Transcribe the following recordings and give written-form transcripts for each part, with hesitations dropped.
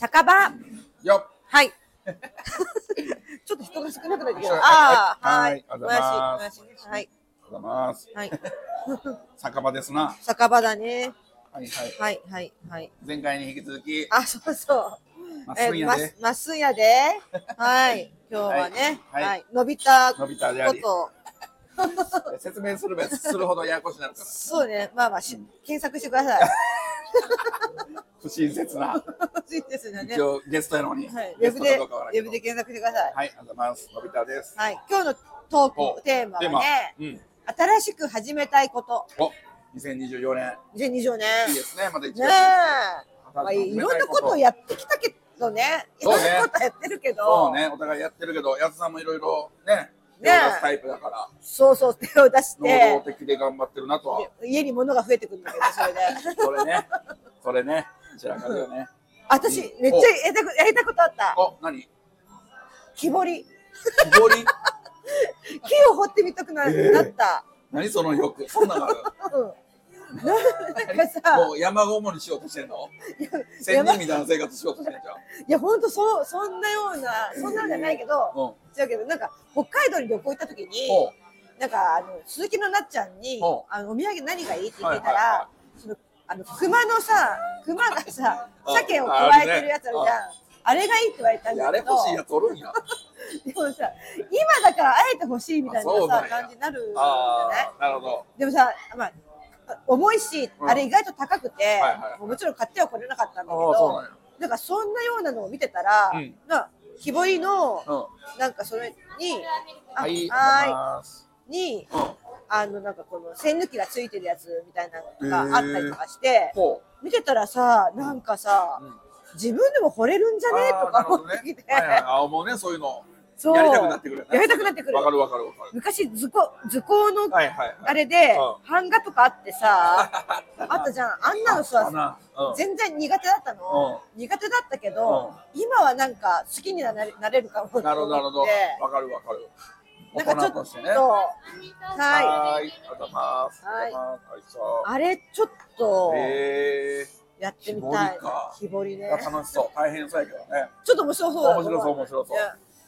酒場。 よっ。 はい。ちょっと人が少なくなってきた。 はい。 もやし。はい。 ありがとうございます。 はい。 酒場ですな。 酒場だね。 はい。前回に引き続き。 そうそう。 まっすんやで。 まっすんやで。はい。今日はね。はい。伸びたこと。 説明するほどややこしになるから。 そうね。まあ検索してください。 不親切な。 不親切なね。 一応ゲストやのに。 ウェブで検索してください。 はい、ありがとうございます。のび太です。 はい。今日のトークテーマはね、新しく始めたいこと。 お、2024年。 2024年。 いいですね、まだ1月。 ねえ。いろんなことをやってきたけどね。いろんなことやってるけど。 そうね、お互いやってるけど、やつさんもいろいろね。手を出すタイプだから。 そう、手を出して。 能動的で頑張ってるなとは。 家に物が増えてくるんだけど、それで。 それね。散らかるよね。 私、めっちゃやりたことあった。 お、何？ 木彫り。 木彫り？ 木を掘ってみたくなった。 何その欲？そんなのある？ なんかさ、 もう山ごもりしようとしてんの？仙人みたいな生活しようとしてんじゃん。 いや、ほんとそんなような、そんなのじゃないけど、違うけど、なんか北海道に旅行行った時に、なんか鈴木のなっちゃんに、お土産何がいいって聞いたら、熊がさ、鮭を加えてるやつあるじゃん。あれがいいって言われたんだけど。 あれ欲しいやつおるんや。 でもさ、今だからあえて欲しいみたいなさ感じになるんじゃない？ なるほど。 でもさ、まあ重いし、あれ意外と高くて、もちろん買ってはこれなかったんだけど、なんかそんなようなのを見てたら、木彫りのなんかそれに、なんかこの線抜きがついてるやつみたいなのがあったりとかして、見てたらさ、なんかさ、自分でも彫れるんじゃねとか思ってきて。 もうね、そういうの。 そう。 やりたくなってくる。 やりたくなってくる。 わかる。 昔図工のあれで版画とかあってさ、あったじゃん。あんなのさ、全然苦手だったの。苦手だったけど、今はなんか好きになれるかも。 なるほど。わかる。 なんかちょっと、 はい。 あれちょっとやってみたい。木彫りね。 楽しそう。大変そうやけどね。 ちょっと面白そうだ。 面白そう。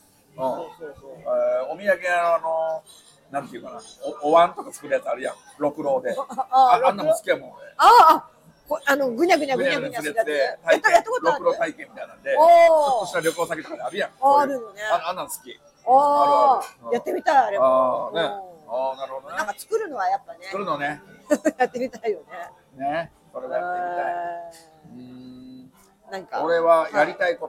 お土産なんていうかな、お椀とか作るやつあるやん、ろくろで。あんなも好きやもん俺。 ぐにゃぐにゃするやつ。やったことある。 ろくろ体験みたいなんで、ちょっとした旅行先とかであるやん。 あるのね。 あんなん好き。 やってみたい、あれも。 なるほどね。 なんか作るのはやっぱね。 作るのね。 やってみたいよね。 ね、それはやってみたい。 なんか。 俺はやりたいこと。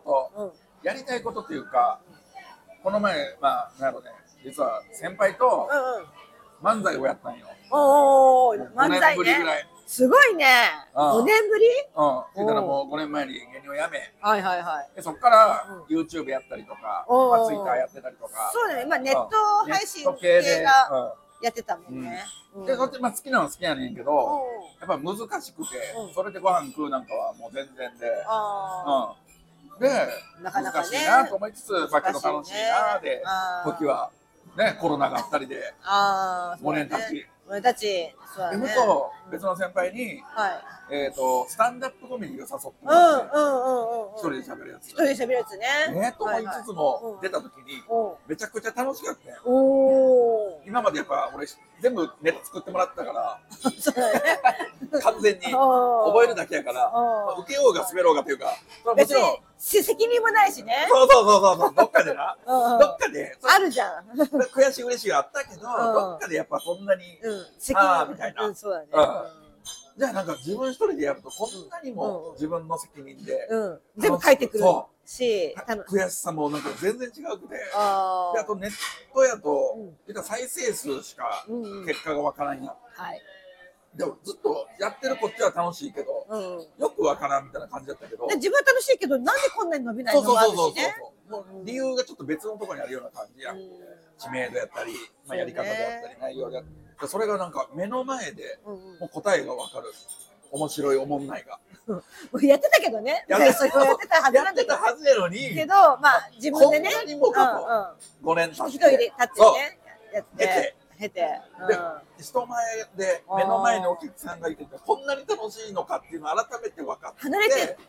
やりたいことっていうか、この前、なんやろね、実は先輩と漫才をやったんよ。 漫才ね。5年ぶりぐらい。すごいね。5年ぶり？ だからもう5年前に芸人を辞め、そっから YouTube やったりとか、Twitter やってたりとか。 そうだね、今ネット配信系がやってたもんね。 で、そっち好きなの好きやねんけど、やっぱ難しくて、それでご飯食うなんかはもう全然で。で、難しいなと思いつつ、だけど楽しいなで、時はね、コロナがあったりで、5年経ち。 そうだね。 別の先輩に、スタンダップコメディを誘ってもらって、一人で喋るやつ。 一人で喋るやつね。 と思いつつも、出た時に、めちゃくちゃ楽しかった。今までやっぱ俺、全部ネタ作ってもらったから、完全に覚えるだけやから、受けようが滑ろうがというか、 もちろん責任もないしね。 そう、どっかでな、どっかであるじゃん。 悔しい嬉しいがあったけど、どっかでやっぱそんなにみたいな。 そうだね。 じゃあなんか自分一人でやるとこんなにも自分の責任で全部書いてくるし、 悔しさもなんか全然違うくて、あとネットやと再生数しか結果がわからんやん。でもずっとやってるこっちは楽しいけど、よくわからんみたいな感じだったけど、 自分は楽しいけどなんでこんなに伸びないのもあるしね。 理由がちょっと別のところにあるような感じやん。知名度やったり、やり方であったり、内容であったり、それがなんか目の前でもう答えがわかる。面白いおもんないが。 やってたけどね。それをやってたはずなんだけど。 やってたはずやのに。 けど、自分でね。 こんなにもかと。5年経って。 一人で立ってね。やって。経て、 人前で目の前にお客さんがいてこんなに楽しいのかっていうのを改めて分かって、 離れて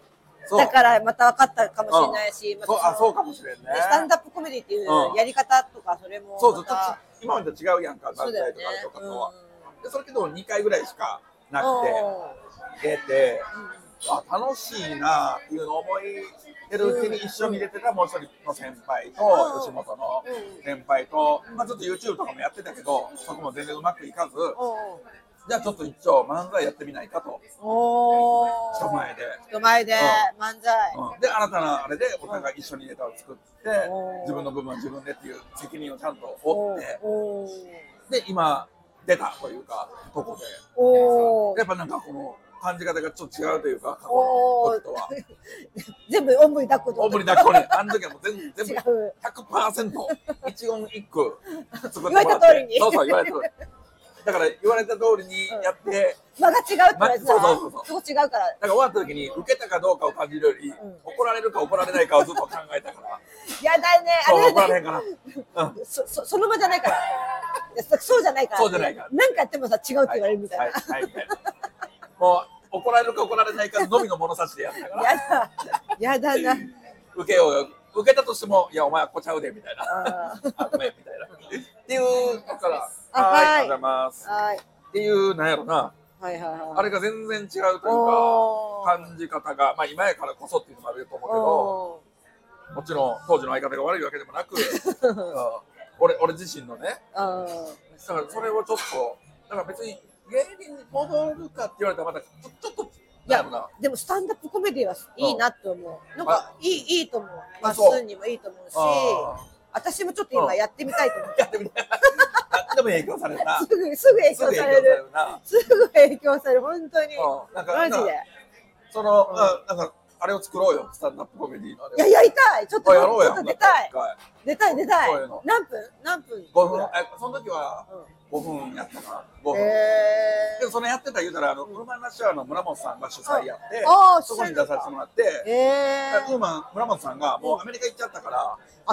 だからまた分かったかもしれないし、 そうかもしれんね。 スタンダップコメディっていうやり方とか、それもそう、今までと違うやんか、漫才とかとは。でそれけど2回ぐらいしかなくて出て、楽しいなっていうのを思いてるうちに一緒に出てたもう一人の先輩と吉本の先輩と、ちょっと YouTube とかもやってたけど、そこも全然うまくいかず、じゃあちょっと一応漫才やってみないかと。人前で漫才。 で、新たなあれでお互い一緒にネタを作って、自分の部分は自分でっていう責任をちゃんと負って、で、今出たというか、とこで。やっぱなんかこの感じ方がちょっと違うというか、過去の時とは。 全部おんぶに抱っこ。 おんぶに抱っこね。あの時はもう全部 100% 一言一句作ってもらって。 言われた通りに。 そう言われた通り。だから言われた通りにやって、 間が違うって言われてた。 そう違うから。だから終わった時に受けたかどうかを感じるより、怒られるか怒られないかをずっと考えたから。 やだね。 怒られへんかな。 その場じゃないから。そうじゃないから。 そうじゃないから。 なんかやってもさ違うって言われるみたいな。 もう怒られるか怒られないかのみの物差しでやったから。 やだな。 受けたとしても、いやお前はこちゃうでみたいな。ごめんみたいな。っていうだから、ありがとうございます。っていうなんやろな。あれが全然違うというか感じ方が、今やからこそっていうのもあると思うけど、もちろん当時の相方が悪いわけでもなく、俺自身のね。だからそれをちょっとだから別に芸人に戻るかって言われたらまたちょっと。 いやでもスタンダップコメディはいいなって思う。なんかいいと思う。まっすーにもいいと思うし、私もちょっと今やってみたいと思う。 やってみたい。でも影響されるな。 すぐ影響される。すぐ影響される本当に。マジで。 なんかあれを作ろうよ、スタンダップコメディの。 いややりたい。ちょっとやろうや。 出たい。何分 ？5分。その時は5分やったかな。5分。でもそのやってた言うたらウーマンラッシュアワーの村本さんが主催やって、そこに出させてもらって、ウーマン村本さんがもうアメリカ行っちゃったから、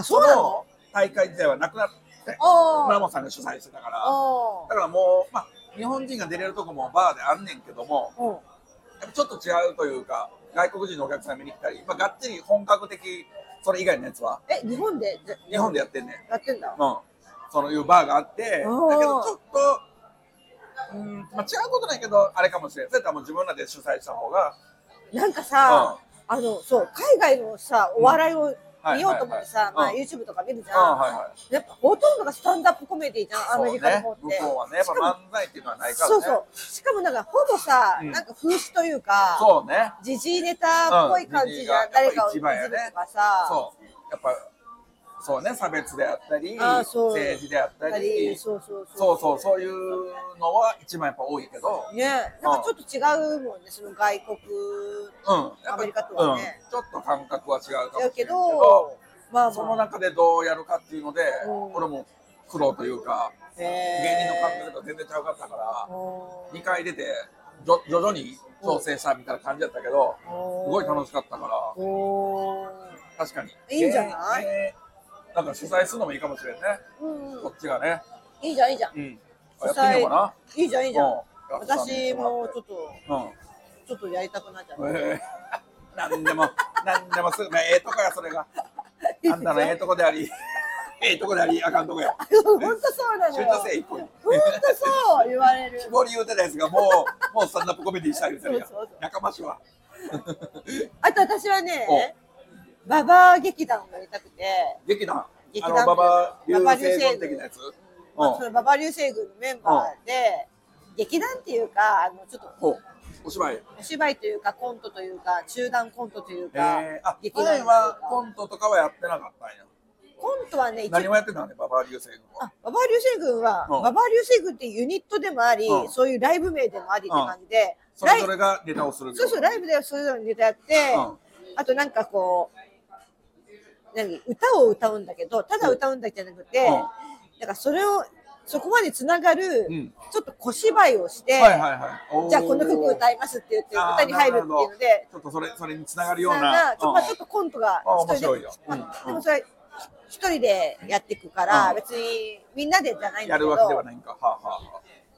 そうなの？ 大会自体はなくなって、村本さんが主催してたから、だからもう日本人が出れるとこもバーであんねんけども、やっぱちょっと違うというか、外国人のお客さん見に来たり、がっちり本格的それ以外のやつは。 日本でやってんねん。 やってんだ。 そういうバーがあって、だけどちょっと、違うことないけど、あれかもしれない。それとはもう自分らで主催した方が。 なんかさ、そう、海外のさ、お笑いを見ようと思ってさ、YouTube とか見るじゃん。やっぱほとんどがスタンダップコメディじゃん、アメリカの方って。 向こうはね、やっぱ漫才っていうのはないからね。 そう。しかもなんかほぼさ、なんか風刺というか、時事ネタっぽい感じじゃん。誰かをいじるとかさ。 そう。やっぱそうね、差別であったり、政治であったり、そういうのは一番やっぱ多いけど、 ね、なんかちょっと違うもんね、その外国、アメリカとはね。 ちょっと感覚は違うかもしれないけど、その中でどうやるかっていうので、俺も苦労というか、芸人の感覚と全然違うかったから、2回出て徐々に調整したみたいな感じだったけど、すごい楽しかったから、確かに。 いいんじゃない？ なんか主催するのもいいかもしれんね。こっちがね。 いいじゃん。 やってみようかな。 いいじゃん。私もちょっとやりたくなっちゃった。 なんでもすぐとこやそれが。あんたのとこであり、とこでありあかんとこや。 本当そうなのよ。 本当そう言われる。 絞り言うてたやつがもうスタンダップコメディしたいみたいな。やかましは。 あと私はね。ババア劇団をやりたくて。 劇団ババ流星群的なやつ。 そのババ流星群のメンバーで劇団っていうかちょっとお芝居というかコントというか中断コントというか劇団はコントとかはやってなかったんや。 コントはね何をやってたんねババ流星群は。 ババ流星群はババ流星群っていうユニットでもありそういうライブ名でもありって感じでそれぞれがネタをする。 そうライブでそれぞれネタやってあとなんかこう歌を歌うんだけどただ歌うんだけじゃなくてだからそこまでつながるちょっと小芝居をしてじゃあこの曲歌いますって言って歌に入るっていうのでちょっとそれにつながるようなちょっとコントが面白いよ。 でもそれ一人でやっていくから別にみんなでじゃないんだけどやるわけではないんか。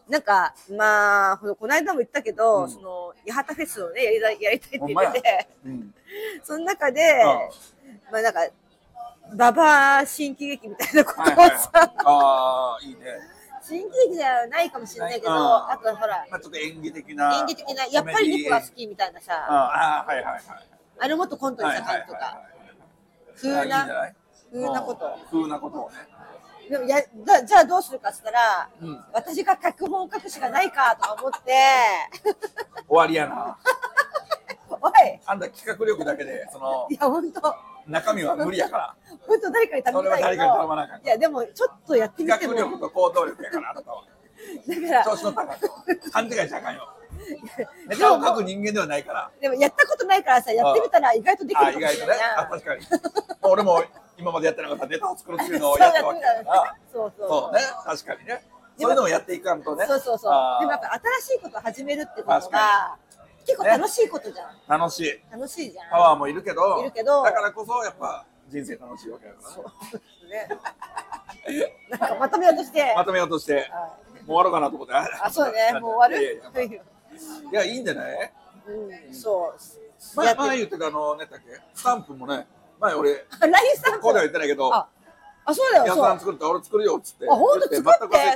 なんかまあこの間も言ったけど、その八幡フェスをねやりたいって言ってて、その中でまあなんかババア新喜劇みたいなことをさ、 ああいいね。 新喜劇じゃないかもしれないけど、あとほら、 まあちょっと演技的なやっぱり猫が好きみたいなさ、あれもっとコントにした感じとか、風なことをね。でもじゃあどうするかっつったら、私が脚本を書くしかないかとか思って、 終わりやな。 おい、 あんた企画力だけでいや本当。 中身は無理やから。 本当誰かに頼みたいけど。いやでもちょっとやってみても。 企画力と行動力やからあなたは。だから調子乗ったから勘違いしちゃあかんよ。ネタを書く人間ではないから。 でもやったことないからさ、やってみたら意外とできるかもしれない。 意外とね。確かに。俺も今までやってなかったネタを作るっていうのをやったわけだから。そうね、確かにね。そういうのをやっていかんとね。 そう。でもやっぱ新しいことを始めるってことが結構楽しいことじゃん。 楽しいじゃん。 パワーもいるけど、だからこそやっぱ人生楽しいわけだから。そうね。なんかまとめようとして。もう終わろうかなと思って。 あ、そうね。もう終わる。 いやいいんじゃない？ そう。 前言ってた何だっけ？スタンプもね。前俺 LINE スタンプこうでは言ってないけど。 そうだよ。 やさん作るって俺作るよっつって。 本当作って。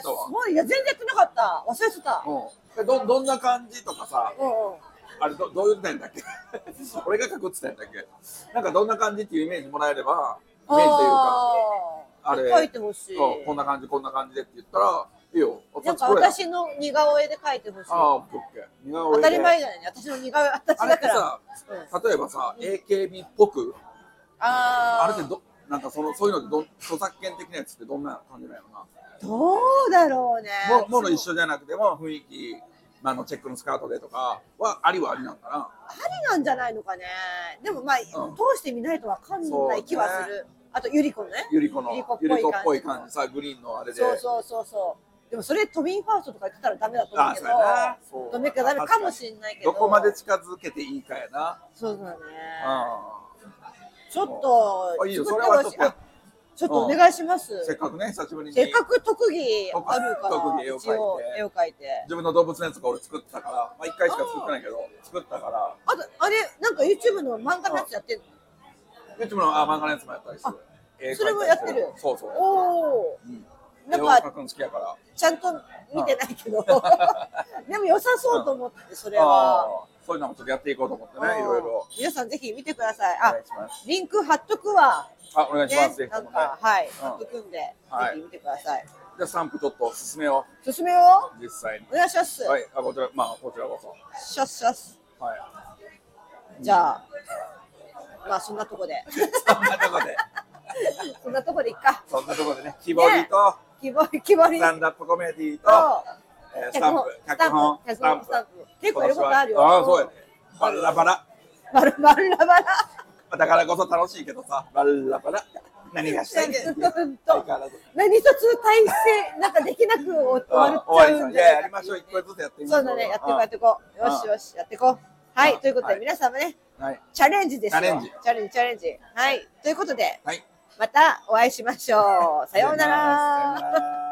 すごい。いや全然やってなかった。忘れてた。 どんな感じとかさ。あれどう言ってたんだっけ？俺が書くって言ったんだっけ？なんかどんな感じっていうイメージもらえれば、イメージというかあれ書いてほしい。 こんな感じでって言ったらいいよ。 なんか私の似顔絵で書いてほしい。 オッケー。 当たり前じゃないね。私の似顔絵私だから。 例えばさ AKB っぽく。あれってなんかそういうので著作権的なやつってどんな感じなのかな。 どうだろうね。 もの一緒じゃなくても雰囲気。チェックのスカートでとかはありなんかな。 ありなんじゃないのかね。でも通してみないとわかんない気はする。あとゆり子ね。 ゆり子っぽい感じさ、グリーンのあれで。 そう。でもそれ都民ファーストとか言ってたらダメだと思うけど。ダメかもしれないけど。 どこまで近づけていいかやな。 そうだね。ちょっといいよ、それはちょっとお願いします。 せっかくね、久しぶりに。 せっかく特技あるから、 絵を描いて。 自分の動物のやつが俺作ったから、1回しか作ってないけど、作ったから。 あと、あれ、なんか YouTube の漫画のやつやってるの？ YouTube の漫画のやつもやったりする。 それもやってる？ そう。 おー。 なんか、好きやから。 ちゃんと見てないけど。でも良さそうと思って、それは。 そういうのもちょっとやっていこうと思ってね、いろいろ。 皆さんぜひ見てください。リンク貼っとくわ。 お願いします。 なんか、貼っとくんで、ぜひ見てください。 じゃあスタンプちょっと進めよう。 進めよう。実際に。 お願いします。 はい、こちらこそ。 シャス。 はい。 じゃあ、そんなとこで。そんなとこでいっか。 そんなとこでね、木彫りと、スタンダップコメディと、スタンプ、脚本、スタンプ。 結構やることあるよ。 そうやね。バラバラ。だからこそ楽しいけどさ、バラバラ。何がしたいねん。 何一つ体制なんかできなく終わっちゃうんで。 やりましょう。一個ずつやってみましょう。 そうだね、やっていこう。よし、やっていこう。はい、ということで皆様ね、チャレンジですよ。チャレンジ。はい、ということで、またお会いしましょう。さようなら。